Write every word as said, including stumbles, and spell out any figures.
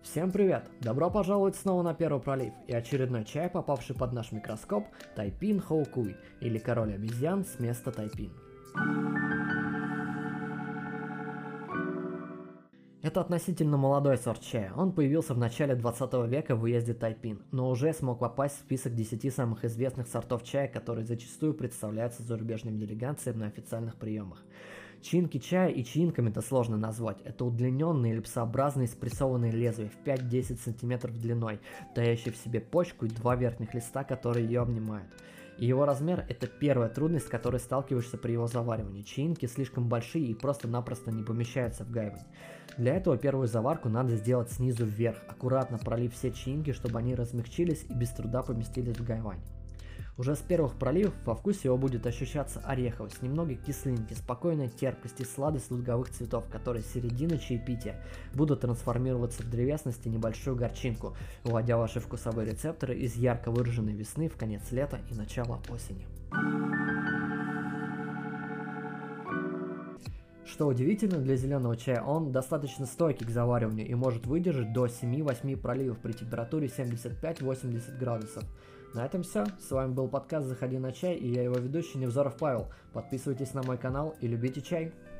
Всем привет! Добро пожаловать снова на Первый пролив и очередной чай, попавший под наш микроскоп, Тайпин Хоукуй, или король обезьян с места Тайпин. Это относительно молодой сорт чая. Он появился в начале двадцатого века в уезде Тайпин, но уже смог попасть в список десяти самых известных сортов чая, которые зачастую представляются зарубежным делегациям на официальных приемах. Чинки чая и чинками-то сложно назвать. Это удлиненные эллипсообразные спрессованные лезвия в пять-десять сантиметров длиной, таящие в себе почку и два верхних листа, которые ее обнимают. И его размер – это первая трудность, с которой сталкиваешься при его заваривании. Чинки слишком большие и просто-напросто не помещаются в гайвань. Для этого первую заварку надо сделать снизу вверх, аккуратно пролив все чинки, чтобы они размягчились и без труда поместились в гайвань. Уже с первых проливов во вкусе его будет ощущаться ореховость, немного кислинки, спокойная терпкость и сладость луговых цветов, которые с середины чаепития будут трансформироваться в древесность и небольшую горчинку, уводя ваши вкусовые рецепторы из ярко выраженной весны в конец лета и начало осени. Что удивительно для зеленого чая, он достаточно стойкий к завариванию и может выдержать до семи-восьми проливов при температуре семьдесят пять-восемьдесят градусов. На этом все. С вами был подкаст «Заходи на чай» и я его ведущий Невзоров Павел. Подписывайтесь на мой канал и любите чай.